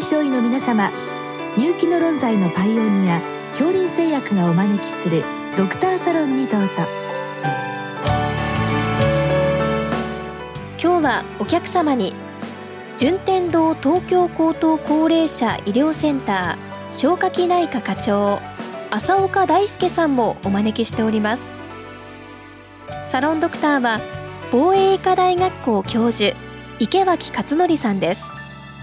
症医の皆様、入気の論剤のパイオニア恐林製薬がお招きするドクターサロンにどうぞ。 今日はお客様に順天堂東京高等高齢者医療センター消化器内科課長浅岡大輔さんもお招きしております。サロンドクターは防衛医科大学校教授池脇勝則さんです。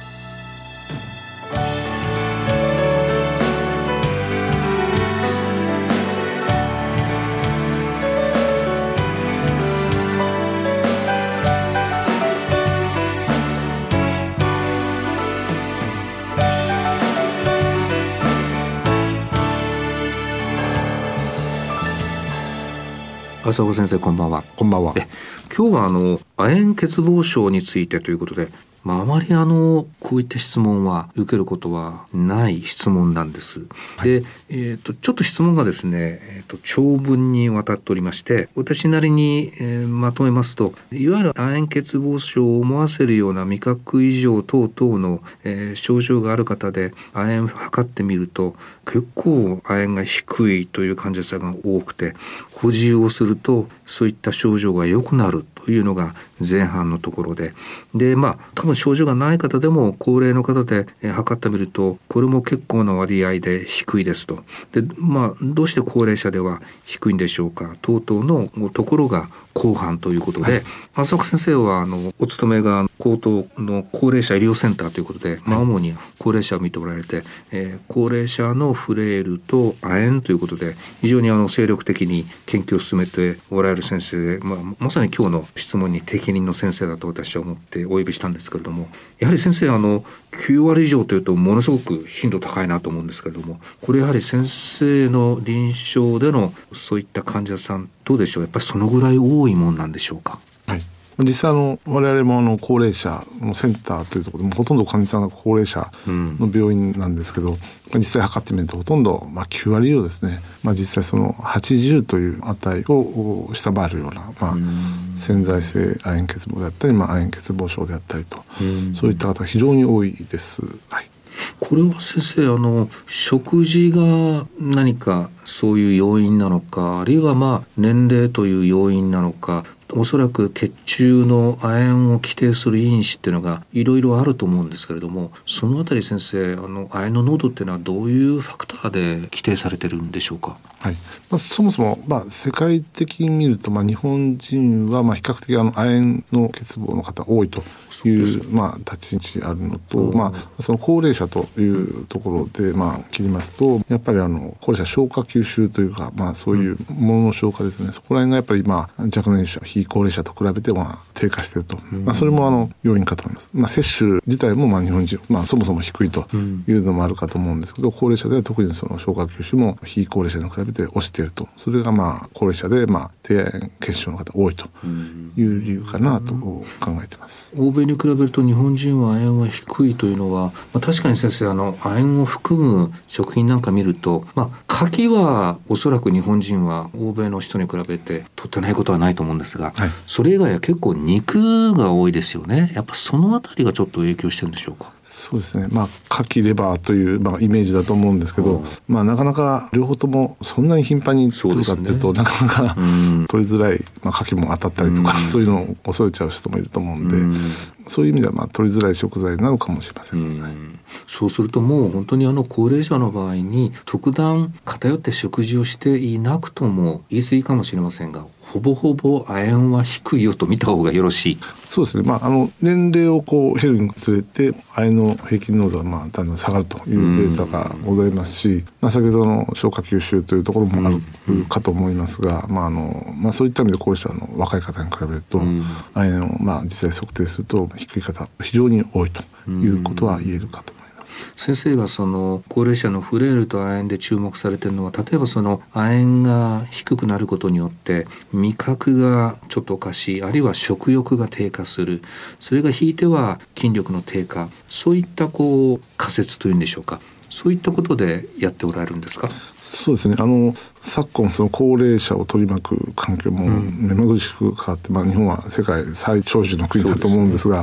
浅岡先生、こんばんは。 こんばんは。 今日は亜鉛欠乏症についてということで、あまりこういった質問は受けることはない質問なんです。はい、で、ちょっと質問がですね、長文にわたっておりまして、私なりに、まとめますと、いわゆる亜鉛欠乏症を思わせるような味覚異常等々の、症状がある方で亜鉛を測ってみると結構亜鉛が低いという患者さんが多くて、補充をするとそういった症状が良くなるというのが前半のところで、多分症状がない方でも高齢の方で測ってみるとこれも結構な割合で低いですと。で、どうして高齢者では低いんでしょうか等々のところが後半ということで、はい、浅岡先生はお勤めが高等の高齢者医療センターということで、主に高齢者を見ておられて、高齢者のフレイルと亜鉛ということで非常に精力的に研究を進めておられる先生で、まさに今日の質問に適任の先生だと私は思ってお呼びしたんですけれども、やはり先生9割以上というとものすごく頻度高いなと思うんですけれども、これやはり先生の臨床でのそういった患者さんどうでしょう、やっぱりそのぐらい多いもんなんでしょうか。 はい、実際我々も高齢者のセンターというところでもほとんど患者さんが高齢者の病院なんですけど、実際測ってみるとほとんど9割以上ですね、実際その80という値を下回るような、潜在性亜鉛欠乏であったり、亜鉛欠乏症であったりと、そういった方が非常に多いです。はい、 これは先生食事が何かそういう要因なのか、あるいは年齢という要因なのか、おそらく血中の亜鉛を規定する因子っていうのがいろいろあると思うんですけれども、そのあたり先生亜鉛の濃度っていうのはどういうファクターで規定されてるんでしょうか。 はい、そもそも、世界的に見ると、日本人は比較的亜鉛の欠乏の方多いという立ち位置あるのと、その高齢者というところで切りますと、やっぱり高齢者消化吸収というか、そういうものの消化ですね、そこら辺がやっぱり若年者非高齢者と比べて低下していると、それも要因かと思います。摂取自体も日本人、そもそも低いというのもあるかと思うんですけど、高齢者では特にその消化吸収も非高齢者に比べて落ちていると、それが高齢者で低亜鉛血症の方多いという理由かなと考えています。 欧米に比べると日本人は亜鉛は低いというのは、確かに先生亜鉛を含む食品なんか見ると、牡蠣はおそらく日本人は欧米の人に比べて取ってないことはないと思うんですが、それ以外は結構肉が多いですよね。やっぱそのあたりがちょっと影響してるんでしょうか。 そうですね、牡蠣レバーという、イメージだと思うんですけど、なかなか両方ともそんなに頻繁に取るかっていうと、なかなか取りづらい、牡蠣も当たったりとか、そういうのを恐れちゃう人もいると思うんで、そういう意味では取りづらい食材なのかもしれません。 そうするともう本当に高齢者の場合に特段偏って食事をしていなくとも言い過ぎかもしれませんが、ほぼほぼ亜鉛は低いよと見た方がよろしい。 そうですね、年齢を減るにつれて亜鉛の平均濃度がだんだん下がるというデータがございますし、先ほどの消化吸収というところもあるかと思いますが、そういった意味で高齢者の若い方に比べると亜鉛を実際測定すると低い方非常に多いということは言えるかと思います。 先生がその高齢者のフレイルと亜鉛で注目されているのは、例えばその亜鉛が低くなることによって味覚がちょっとおかしい、あるいは食欲が低下する、それがひいては筋力の低下、そういった仮説というんでしょうか、そういったことでやっておられるんですか。 そうですね、昨今その高齢者を取り巻く環境も目まぐるしく変わって、日本は世界最長寿の国だと思うんですが、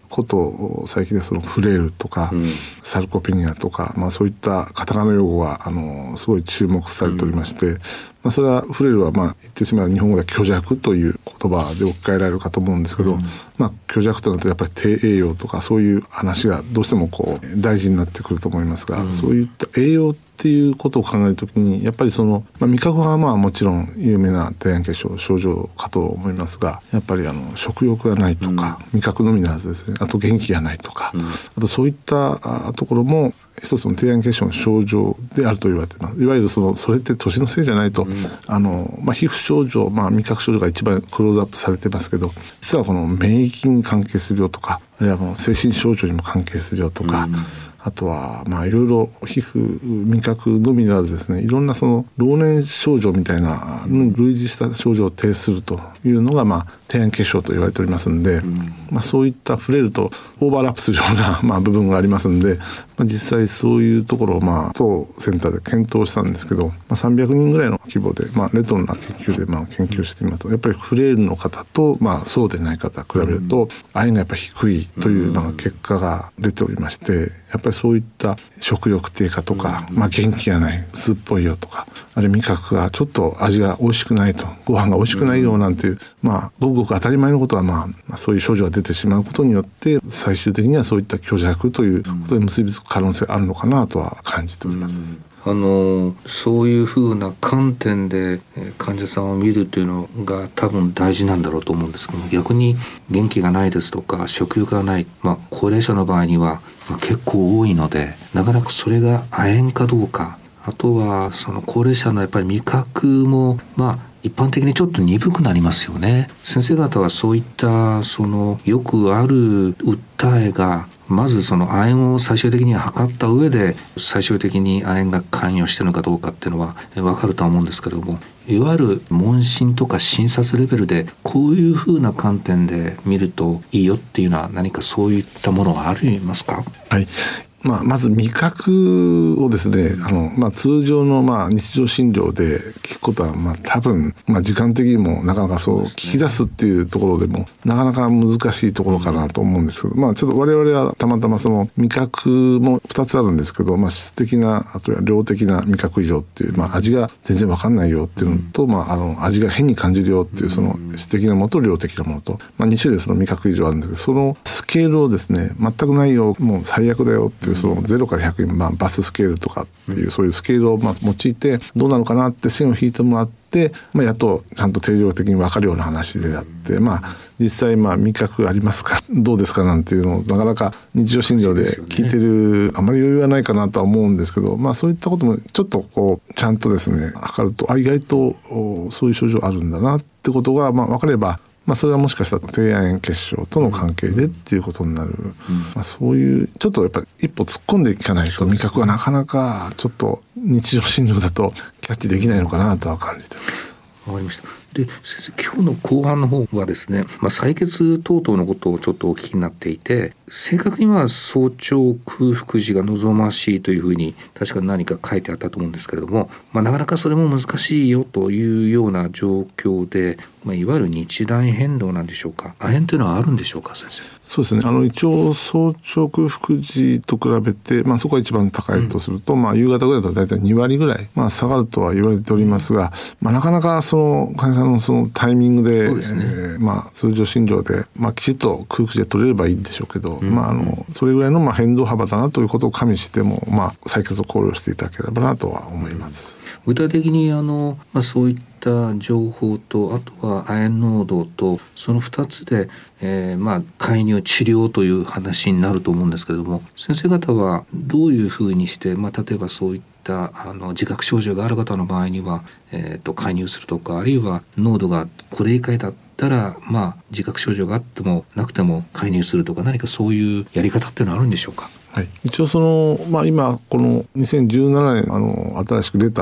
ことを最近でそのフレイルとか、サルコペニアとか、そういったカタカナ用語がすごい注目されておりまして、それはフレイルは言ってしまう日本語では虚弱という言葉で置き換えられるかと思うんですけど、虚弱となるとやっぱり低栄養とかそういう話がどうしても大事になってくると思いますが、そういった栄養っていうことを考えるときにやっぱり味覚はもちろん有名な低塩血症症状かと思いますが、やっぱり食欲がないとか、味覚のみならずですね、あと元気がないとか、あとそういったところも一つの低塩血症の症状であると言われています。いわゆるそれって年のせいじゃないと、皮膚症状、味覚症状が一番クローズアップされてますけど、実はこの免疫に関係するよとか、あるいは精神症状にも関係するよとか、あとはいろいろ皮膚味覚のみならずですね、いろんな老年症状みたいなのに類似した症状を呈するというのが低塩血症と言われておりますので、そういったフレイルとオーバーラップするような部分がありますので、実際そういうところを当センターで検討したんですけど、300人ぐらいの規模でレトロな研究で研究してみますと、やっぱりフレイルの方とそうでない方比べると亜鉛がやっぱり低いという結果が出ておりまして、やっぱりそういった食欲低下とか、元気がない、鬱っぽいよとか、あるいは味覚がちょっと味が美味しくないと、ご飯が美味しくないよなんていう、ごくごく当たり前のことがそういう症状が出てしまうことによって、最終的にはそういった虚弱ということに結びつく可能性があるのかなとは感じております。 そういうふうな観点で患者さんを見るというのが多分大事なんだろうと思うんですけども、逆に元気がないですとか食欲がない、高齢者の場合には結構多いので、なかなかそれが亜鉛かどうか、あとは高齢者のやっぱり味覚も一般的にちょっと鈍くなりますよね。先生方はそういったよくある訴えが、まず亜鉛を最終的に測った上で最終的に亜鉛が関与しているのかどうかっていうのは分かるとは思うんですけれども、いわゆる問診とか診察レベルでこういうふうな観点で見るといいよっていうのは何かそういったものがありますか？ はい、まず味覚をですね、通常の日常診療で聞くことは多分時間的にもなかなか聞き出すっていうところでもなかなか難しいところかなと思うんですけど、ちょっと我々はたまたま味覚も2つあるんですけど、質的なあとは量的な味覚異常っていう、味が全然分かんないよっていうのと、味が変に感じるよっていう質的なものと量的なものと、2種類味覚異常あるんですけど、そのスケールをですね、全くないよ、もう最悪だよっていう0から100にバススケールとかっていうそういうスケールを用いてどうなのかなって線を引いてもらって、やっとちゃんと定量的に分かるような話であって、実際味覚ありますかどうですかなんていうのをなかなか日常診療で聞いてる、あまり余裕はないかなとは思うんですけど、そういったこともちょっとちゃんとですね測ると意外とそういう症状あるんだなってことが分かれば、それはもしかしたら低亜鉛血症との関係でっていうことになる、そういうちょっとやっぱり一歩突っ込んでいかないと味覚はなかなかちょっと日常診療だとキャッチできないのかなとは感じております。 わかりました。で、先生、今日の後半の方はですね、採血等々のことをちょっとお聞きになっていて、正確には早朝空腹時が望ましいというふうに確か何か書いてあったと思うんですけれども、なかなかそれも難しいよというような状況で、いわゆる日大変動なんでしょうか。亜鉛というのはあるんでしょうか、先生。 そうですね。一応早朝空腹時と比べて、そこが一番高いとすると、夕方ぐらいだと大体2割ぐらい、下がるとは言われておりますが、なかなか患者さんのタイミングで、通常診療で、きちっと空腹時で取れればいいんでしょうけど、それぐらいの変動幅だなということを加味しても、採血を考慮していただければなとは思います。 具体的にそういった情報と、あとは亜鉛濃度と、その2つで、介入治療という話になると思うんですけれども、先生方はどういうふうにして、例えばそういった自覚症状がある方の場合には、介入するとか、あるいは濃度がこれ以下だったら、自覚症状があってもなくても介入するとか、何かそういうやり方っていうのはあるんでしょうか？ はい、一応今この2017年新しく出た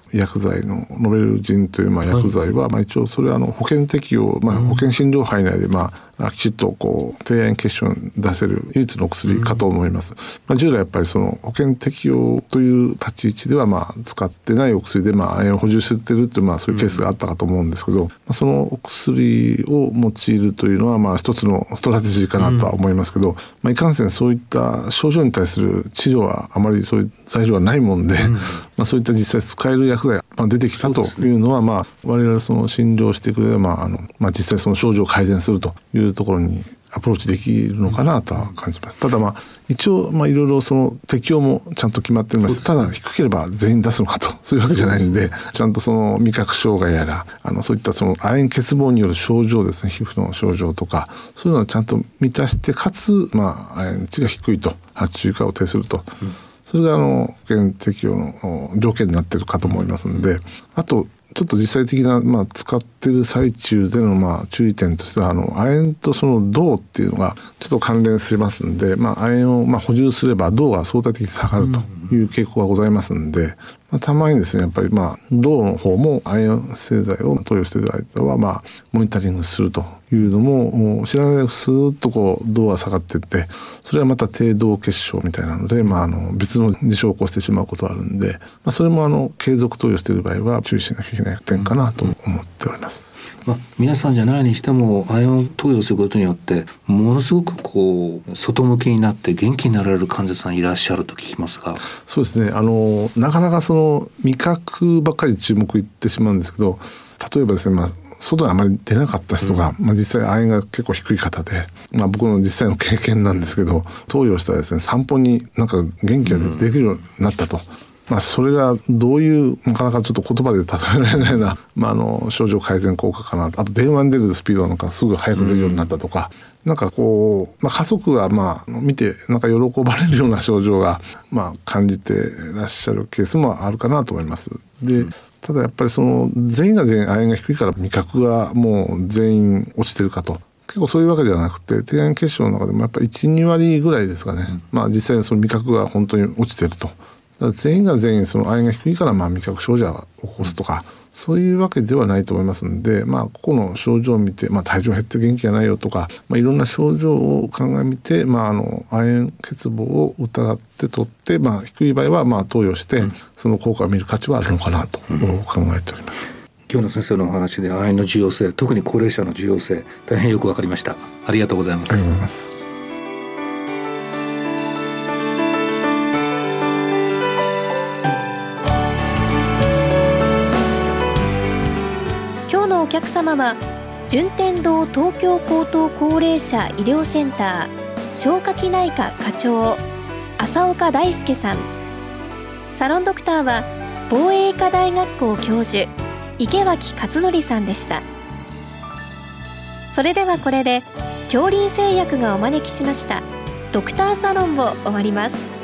薬剤のノベルジンという薬剤は、一応それは保険適用、保険診療範囲内できちっと低塩血症に出せる唯一の薬かと思います。従来やっぱりその保険適用という立ち位置では使ってないお薬で亜鉛を補充しているというそういうケースがあったかと思うんですけど、そのお薬を用いるというのは一つのストラテジーかなとは思いますけど、いかんせんそういった症状に対する治療はあまりそういう材料はないもんで、そういった実際使える薬剤が出てきたというのは我々その診療していく上で実際その症状を改善するというところにアプローチできるのかなとは感じます。ただ一応いろいろその適用もちゃんと決まっておりまして、ただ低ければ全員出すのかとそういうわけじゃないんで、ちゃんとその味覚障害やらそういったその亜鉛欠乏による症状ですね、皮膚の症状とかそういうのをちゃんと満たして、かつ亜鉛値が低いと発注以下を呈すると、それが保険適用の条件になっているかと思いますので、あとちょっと実際的な、使っている最中での注意点としては亜鉛とその銅っていうのがちょっと関連しますんで、亜鉛を補充すれば銅が相対的に下がるという傾向がございますんで、たまにですねやっぱり銅の方も亜鉛製剤を投与している間はモニタリングするというのも知らないでスーッと銅が下がっていって、それはまた低銅血症みたいなので、別の事象を起こしてしまうことがあるんで、それも継続投与している場合は注意しなきゃいけない点かなと思っております。 皆さんじゃないにしても亜鉛を投与することによってものすごく外向きになって元気になられる患者さんいらっしゃると聞きますが。 そうですね、なかなかその味覚ばっかり注目いってしまうんですけど、例えばですね、外にあまり出なかった人が、実際亜鉛が結構低い方で、僕の実際の経験なんですけど、投与したらですね散歩に元気ができるようになったと。それがどういうなかなかちょっと言葉で例えられないような、症状改善効果かなと。あと電話に出るスピードがすぐ早く出るようになったとか、家族が見て喜ばれるような症状が感じていらっしゃるケースもあるかなと思います。でただやっぱりその全員が全員亜鉛が低いから味覚がもう全員落ちてるかと、結構そういうわけではなくて、低亜鉛血症の中でもやっぱり 1,2 割ぐらいですかね、実際にその味覚が本当に落ちてると。全員が全員その亜鉛が低いから味覚症状を起こすとか、そういうわけではないと思いますので、個々の症状を見て、体重減って元気がないよとか、いろんな症状を鑑みて、亜鉛欠乏を疑って取って、低い場合は投与して、その効果を見る価値はあるのかなと考えております。 今日の先生のお話で亜鉛の重要性、特に高齢者の重要性、大変よく分かりました。ありがとうございます。 ありがとうございます。 お客様は順天堂東京高等高齢者医療センター消化器内科課長浅岡大輔さん、サロンドクターは防衛医科大学校教授池脇勝則さんでした。それではこれで京林製薬がお招きしましたドクターサロンを終わります。